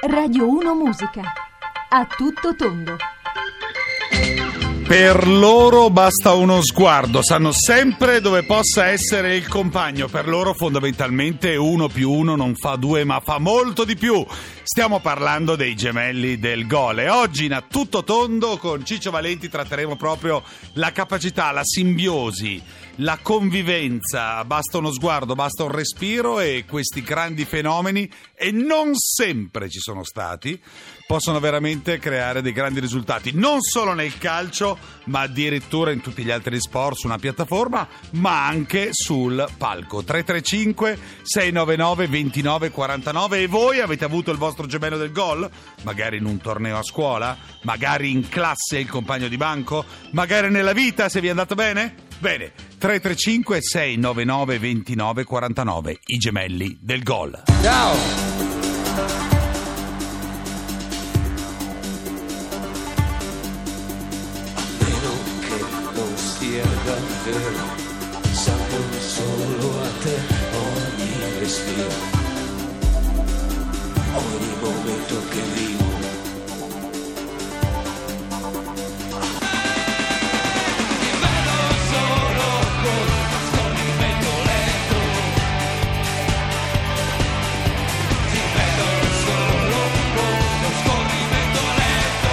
Radio 1 Musica. A tutto tondo. Per loro basta uno sguardo, sanno sempre dove possa essere il compagno. Per loro fondamentalmente 1 più 1 non fa 2 ma fa molto di più. Stiamo parlando dei Gemelli del Gol e oggi in A tutto tondo con Ciccio Valenti tratteremo proprio la capacità, la simbiosi, la convivenza. Basta uno sguardo, basta un respiro e questi grandi fenomeni, e non sempre ci sono stati, possono veramente creare dei grandi risultati, non solo nel calcio ma addirittura in tutti gli altri sport, su una piattaforma ma anche sul palco. 335 699 2949. E voi avete avuto il vostro gemello del gol? Magari in un torneo a scuola, magari in classe il compagno di banco, magari nella vita, se vi è andato bene? Bene, 335 699 2949, i Gemelli del Gol. Ciao! Davvero, sapevo solo a te ogni respiro, ogni momento che vivo. Ti vedo solo con scorrimento lento, ti vedo solo con scorrimento lento.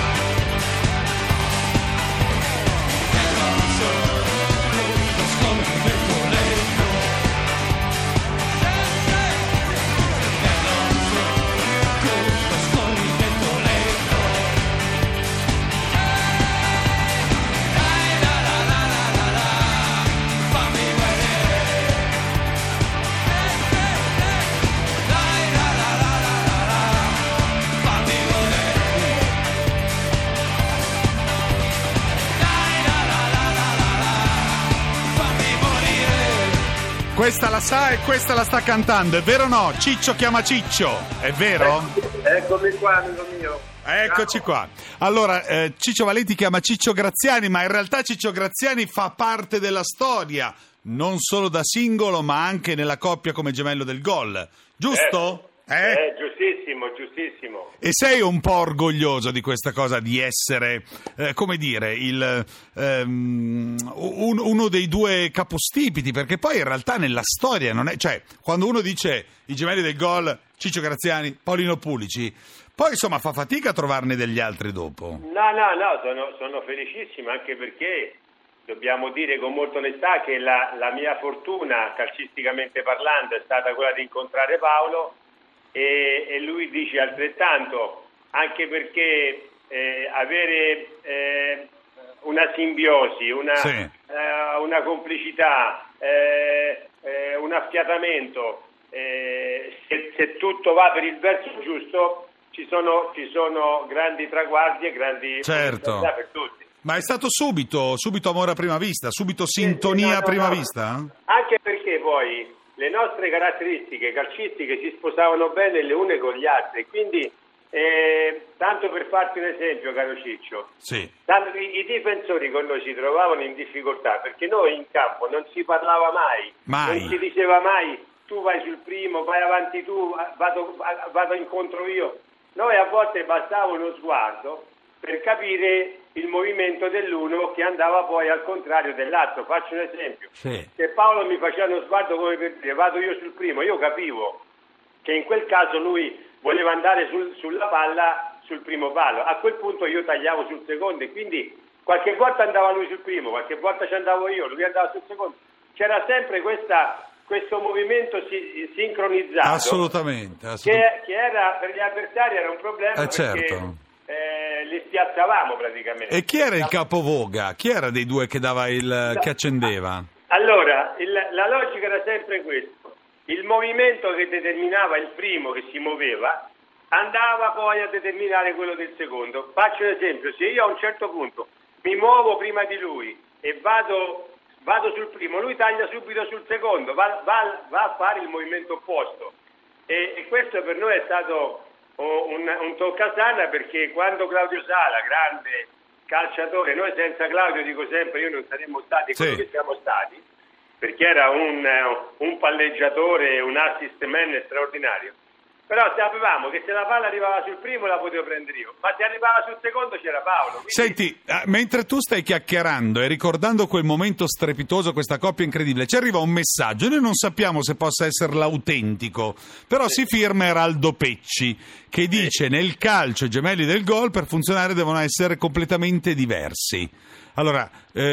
Questa la sa e questa la sta cantando, è vero o no? Ciccio chiama Ciccio, è vero? Eccomi qua, amico mio. Eccoci qua. Allora, Ciccio Valenti chiama Ciccio Graziani, ma in realtà Ciccio Graziani fa parte della storia, non solo da singolo, ma anche nella coppia come gemello del gol. Giusto? Giustissimo, giustissimo. E sei un po' orgoglioso di questa cosa, di essere, come dire, uno dei due capostipiti, perché poi in realtà nella storia non è, cioè, quando uno dice i gemelli del gol, Ciccio Graziani, Paolino Pulici, poi insomma fa fatica a trovarne degli altri dopo. No, sono felicissimo, anche perché dobbiamo dire con molta onestà che la mia fortuna, calcisticamente parlando, è stata quella di incontrare Paolo, e lui dice altrettanto, anche perché avere una simbiosi, una complicità, un affiatamento, se tutto va per il verso giusto, ci sono grandi traguardi e grandi opportunità per tutti. Ma è stato subito amore a prima vista, subito sintonia a prima vista? Anche perché poi le nostre caratteristiche calcistiche si sposavano bene le une con gli altri, quindi tanto per farti un esempio, caro Ciccio, sì. I difensori con noi si trovavano in difficoltà perché noi in campo non si parlava mai. Non si diceva mai tu vai sul primo, vai avanti tu, vado incontro io. Noi a volte bastava uno sguardo per capire il movimento dell'uno che andava poi al contrario dell'altro. Faccio un esempio. Sì. Se Paolo mi faceva uno sguardo come per dire vado io sul primo, io capivo che in quel caso lui voleva andare sulla palla, sul primo palo. A quel punto io tagliavo sul secondo e quindi qualche volta andava lui sul primo, qualche volta ci andavo io, lui andava sul secondo. C'era sempre questo movimento sincronizzato. Assolutamente. Che era per gli avversari era un problema, perché certo. Li spiazzavamo praticamente. E chi era il capovoga? Chi era dei due che dava che accendeva? Allora, la logica era sempre questo. Il movimento che determinava il primo che si muoveva andava poi a determinare quello del secondo. Faccio un esempio, se io a un certo punto mi muovo prima di lui e vado sul primo, lui taglia subito sul secondo, va a fare il movimento opposto. E questo per noi è stato un toccasana, perché quando Claudio Sala, grande calciatore, noi senza Claudio, dico sempre, io non saremmo stati quello che siamo stati, perché era un palleggiatore, un assist man straordinario. Però sapevamo che se la palla arrivava sul primo la potevo prendere io, ma se arrivava sul secondo c'era Paolo. Quindi... Senti, mentre tu stai chiacchierando e ricordando quel momento strepitoso, questa coppia incredibile, ci arriva un messaggio, noi non sappiamo se possa essere l'autentico, però si firma Eraldo Pecci, che dice: nel calcio i gemelli del gol per funzionare devono essere completamente diversi. Allora,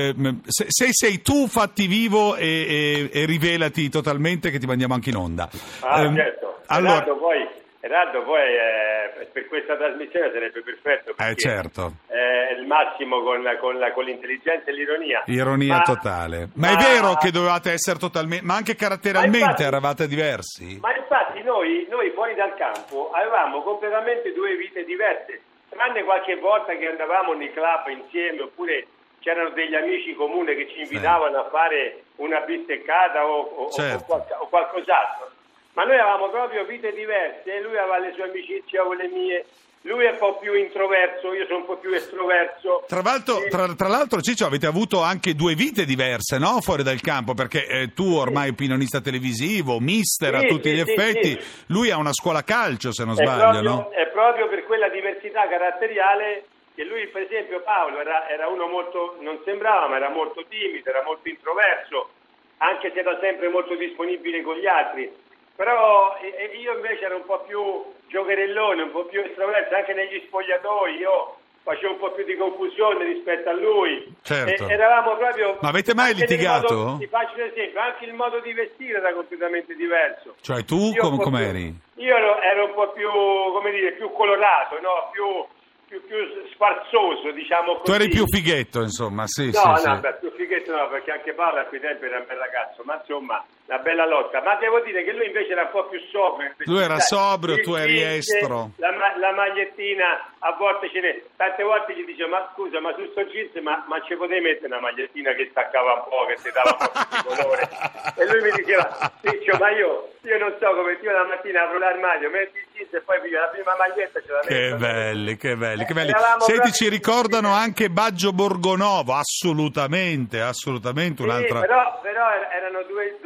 se sei tu, fatti vivo e rivelati totalmente, che ti mandiamo anche in onda. Certo. Allora... Eraldo poi per questa trasmissione sarebbe perfetto, perché certo. È il massimo con l'intelligenza e l'ironia. Ironia totale. Ma è vero che dovevate essere totalmente, ma anche caratterialmente eravate diversi? Ma infatti noi fuori dal campo avevamo completamente due vite diverse, tranne qualche volta che andavamo nei club insieme, oppure c'erano degli amici comuni che ci invitavano a fare una bisteccata o qualcos'altro. Ma noi avevamo proprio vite diverse, lui aveva le sue amicizie, avevo le mie, lui è un po' più introverso, io sono un po' più estroverso. Tra l'altro, Ciccio, avete avuto anche due vite diverse, no? Fuori dal campo, perché tu ormai opinionista televisivo, mister a tutti gli effetti, lui ha una scuola calcio, se non sbaglio, no? È proprio per quella diversità caratteriale che lui, per esempio, Paolo era uno molto, non sembrava, ma era molto timido, era molto introverso, anche se era sempre molto disponibile con gli altri. Però io invece ero un po' più giocherellone, un po' più estroverso, anche negli spogliatoi io facevo un po' più di confusione rispetto a lui. Certo. Eravamo proprio... Ma avete mai litigato? Ti faccio un esempio, anche il modo di vestire era completamente diverso. Cioè tu com'eri? Io ero un po' più, come dire, più colorato, no? più sfarzoso, diciamo così. Tu eri più fighetto, insomma, sì. Beh, più fighetto no, perché anche Paolo a quei tempi era un bel ragazzo, ma insomma, una bella lotta. Ma devo dire che lui invece era un po' più sobrio. Lui era sobrio, tu eri estro. La magliettina, a volte tante volte gli dicevo: ma scusa, ma su sto jeans, ma ci potevi mettere una magliettina che staccava un po', che ti dava un po' di colore? E lui mi diceva: Ciccio, ma io non so come io la mattina apro l'armadio, metti il jeans e poi piglio la prima maglietta, ce la metto. Che belli. Senti, ci ricordano anche Baggio Borgonovo, assolutamente un'altra. Però erano due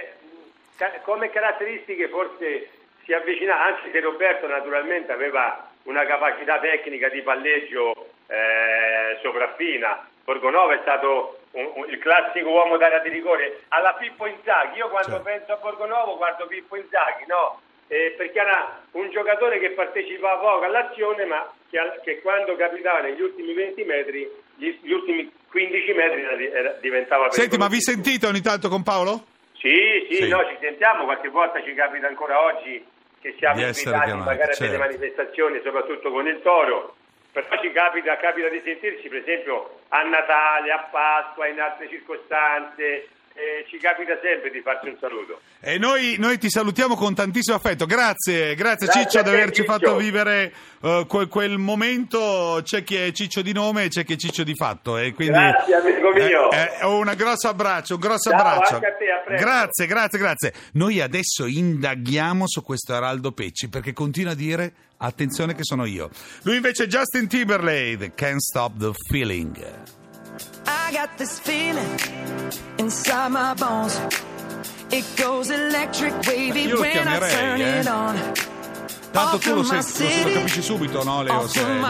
come caratteristiche forse si avvicinava, anche se Roberto naturalmente aveva una capacità tecnica di palleggio sopraffina. Borgonovo è stato il classico uomo d'area di rigore alla Pippo Inzaghi. Io quando penso a Borgonovo guardo Pippo Inzaghi, no? Perché era un giocatore che partecipava poco all'azione, ma che quando capitava negli ultimi 20 metri, gli ultimi 15 metri diventava pericoloso. Senti, ma vi sentite ogni tanto con Paolo? Sì, no, ci sentiamo, qualche volta ci capita ancora oggi che siamo invitati magari a delle manifestazioni, soprattutto con il Toro, però ci capita di sentirci per esempio a Natale, a Pasqua, in altre circostanze. Ci capita sempre di farci un saluto. E noi ti salutiamo con tantissimo affetto. Grazie Ciccio di averci fatto vivere quel momento. C'è chi è Ciccio di nome e c'è chi è Ciccio di fatto. E quindi, grazie amico mio. Un grosso abbraccio. Ciao, anche a te, a presto. Grazie. Noi adesso indaghiamo su questo Eraldo Pecci, perché continua a dire: attenzione che sono io. Lui invece è Justin Timberlake, Can't Stop the Feeling. I got this feeling inside my bones. It goes electric wavy when I turn it on. Tanto tu lo capisci subito, no, Leo?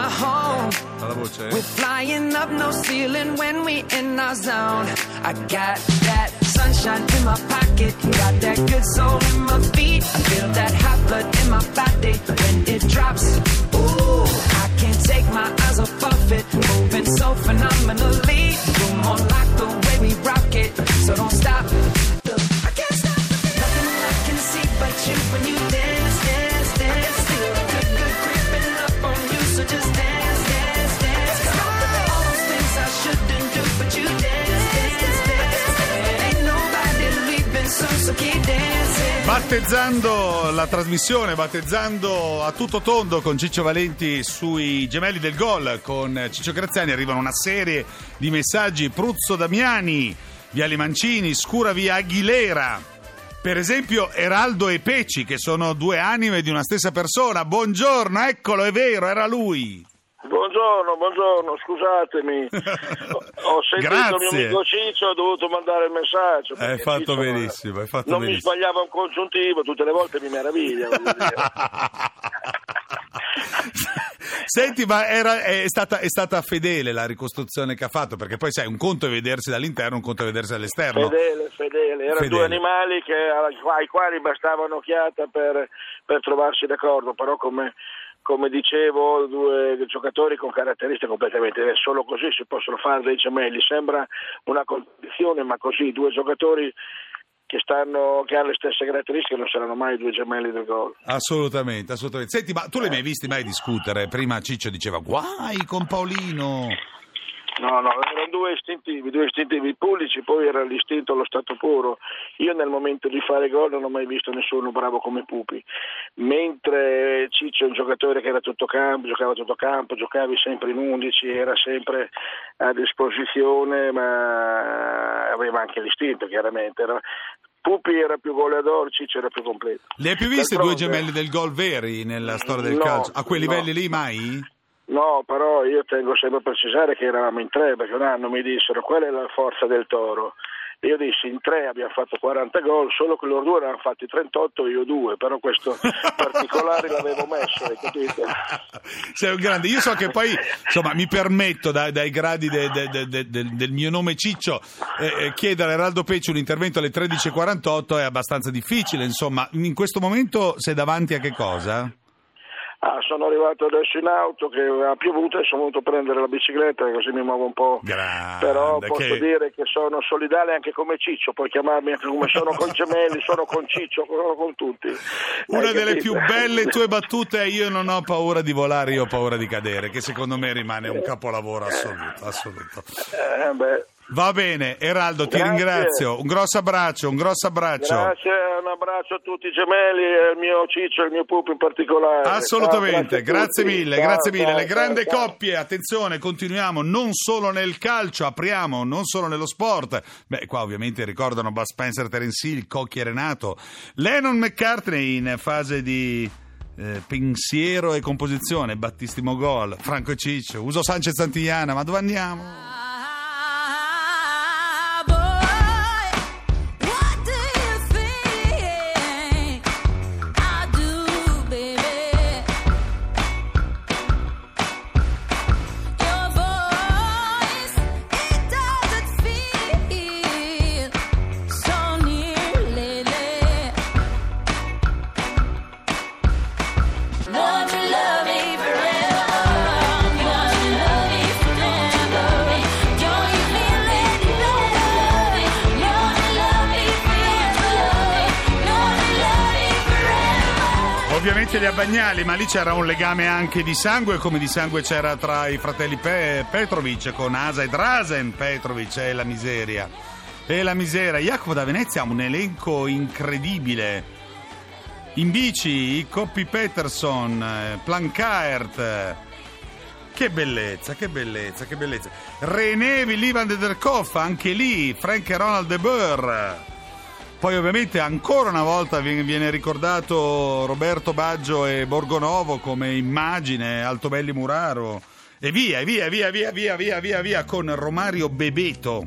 La voce. We're flying up no ceiling when we in our zone. I got that sunshine in my pocket, got that good soul in my feet. I feel that hot blood in my body when it drops. Ooh, I can't take my eyes off it, moving so phenomenally. You're more like the way we rock it, so don't stop. I can't stop. Nothing I can see but you when you dance, dance, dance. Feel good creeping up on you, so just dance, dance, dance. All those things I shouldn't do, but you dance, dance, dance. Ain't nobody leaving soon, so keep dancing. Battezzando la trasmissione, battezzando a tutto tondo con Ciccio Valenti sui gemelli del gol con Ciccio Graziani, arrivano una serie di messaggi. Pruzzo Damiani, Viali Mancini, Scura via Aguilera. Per esempio Eraldo e Pecci, che sono due anime di una stessa persona. Buongiorno, eccolo, è vero, era lui. Buongiorno buongiorno, scusatemi. Ho sentito il mio amico Ciccio, ho dovuto mandare il messaggio. Hai fatto Ciccio, benissimo, hai fatto non benissimo. mi sbagliava un congiuntivo, tutte le volte mi meraviglia. Voglio dire. Senti, ma è stata fedele la ricostruzione che ha fatto, perché poi sai, un conto è vedersi dall'interno, un conto è vedersi dall'esterno. Fedele. Erano due animali ai quali bastava un'occhiata per trovarsi d'accordo, però come dicevo, due giocatori con caratteristiche completamente diverse. Solo così si possono fare dei gemelli. Sembra una contraddizione, ma così due giocatori che hanno le stesse caratteristiche non saranno mai due gemelli del gol. Assolutamente. Senti, ma tu li hai mai visti discutere? Prima Ciccio diceva guai con Paolino. No, erano due istintivi pubblici, poi era l'istinto allo stato puro. Io nel momento di fare gol non ho mai visto nessuno bravo come Pupi, mentre Ciccio è un giocatore che era giocava tutto campo, giocavi sempre in 11, era sempre a disposizione, ma aveva anche l'istinto, chiaramente. Pupi era più goleador, Ciccio era più completo. Le hai più viste due gemelli del gol veri nella storia del calcio? A quei livelli lì mai? No, però io tengo sempre a precisare che eravamo in 3, perché un anno mi dissero qual è la forza del Toro. Io dissi in 3 abbiamo fatto 40 gol, solo che loro due ne hanno fatti 38 e io 2, però questo particolare l'avevo messo, hai capito? Sei un grande, io so che poi insomma mi permetto dai gradi del mio nome Ciccio chiedere a Eraldo Pecci un intervento alle 13.48 è abbastanza difficile, insomma, in questo momento sei davanti a che cosa? Sono arrivato adesso in auto che ha piovuto e sono venuto a prendere la bicicletta, così mi muovo un po'. Grande, però posso dire che sono solidale anche come Ciccio, puoi chiamarmi anche come sono con i gemelli, sono con Ciccio, sono con tutti. Una delle più belle tue battute è io non ho paura di volare, io ho paura di cadere, che secondo me rimane un capolavoro assoluto. Va bene, Eraldo, ti ringrazio, un grosso abbraccio. Grazie, un abbraccio a tutti i gemelli e al mio Ciccio e al mio Pupi in particolare. Assolutamente, grazie mille. Le grandi ciao. coppie, attenzione, continuiamo non solo nel calcio, apriamo non solo nello sport. Qua ovviamente ricordano Bud Spencer, Terence Hill, Cocchi e Renato, Lennon-McCartney in fase di pensiero e composizione, battissimo gol, Franco e Ciccio, Uso Sanchez Santillana, ma dove andiamo? Ovviamente gli Abagnali, ma lì c'era un legame anche di sangue, come di sangue c'era tra i fratelli Petrovic con Asa e Drazen Petrovic, è la miseria. Jacopo da Venezia ha un elenco incredibile. In bici, Coppi Peterson, Plankaert. Che bellezza. René Livan de der Koff, anche lì, Frank e Ronald de Boer. Poi ovviamente ancora una volta viene ricordato Roberto Baggio e Borgonovo come immagine, Altobelli Muraro e via con Romario Bebeto.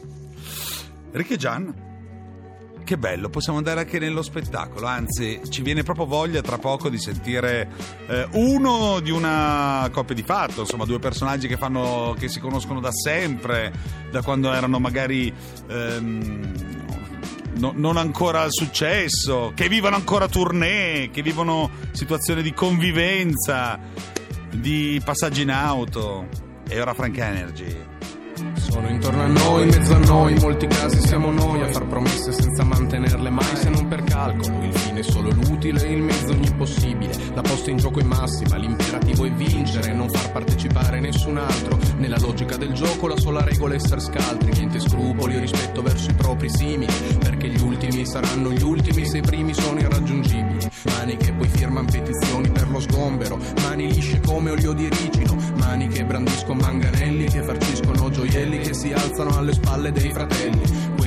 Ricchegian, che bello, possiamo andare anche nello spettacolo, anzi ci viene proprio voglia tra poco di sentire uno di una coppia di fatto, insomma due personaggi che si conoscono da sempre, da quando erano magari non ancora al successo, che vivono ancora tournée, che vivono situazioni di convivenza, di passaggi in auto. E ora Frank Energy. Sono intorno a noi, in mezzo a noi, in molti casi siamo noi a far promesse senza mantenerle mai, se non per calcolo. Il fine è solo l'utile, il mezzo ogni possibile. La posta in gioco è massima, l'imperativo è vincere, non far partecipare nessun altro. Nella logica del gioco la sola regola è essere scaltri, niente scrupoli o rispetto verso i propri simili, perché gli ultimi saranno gli ultimi se i primi sono irraggiungibili. Mani che poi firman petizioni per lo sgombero, mani lisce come olio di ricino, mani che brandiscono manganelli, che farciscono gioielli, che si alzano alle spalle dei fratelli, quelli che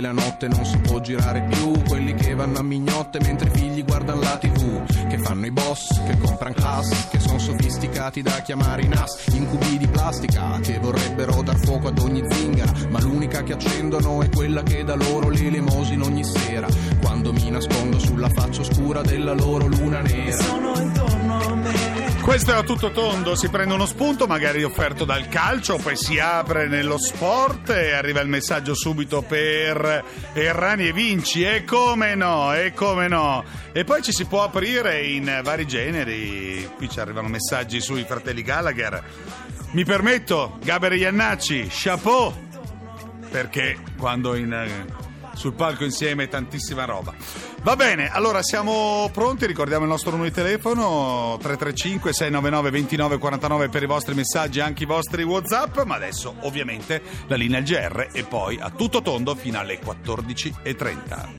la notte non si può girare più, quelli che vanno a mignotte mentre i figli guardano la TV, che fanno i boss, che compran class, che sono sofisticati da chiamare i NAS, incubi di plastica che vorrebbero dar fuoco ad ogni zingara, ma l'unica che accendono è quella che dà loro l'elemosina ogni sera, quando mi nascondo sulla faccia oscura della loro luna nera. Sono intorno a me. Questo è A Tutto Tondo, si prende uno spunto magari offerto dal calcio, poi si apre nello sport e arriva il messaggio subito per Errani e Vinci, e come no, e poi ci si può aprire in vari generi, qui ci arrivano messaggi sui fratelli Gallagher, mi permetto, Gaber e Iannacci, chapeau, perché quando sul palco insieme tantissima roba. Va bene, allora siamo pronti, ricordiamo il nostro numero di telefono 335 699 2949 per i vostri messaggi, anche i vostri WhatsApp, ma adesso ovviamente la linea al GR e poi A Tutto Tondo fino alle 14:30.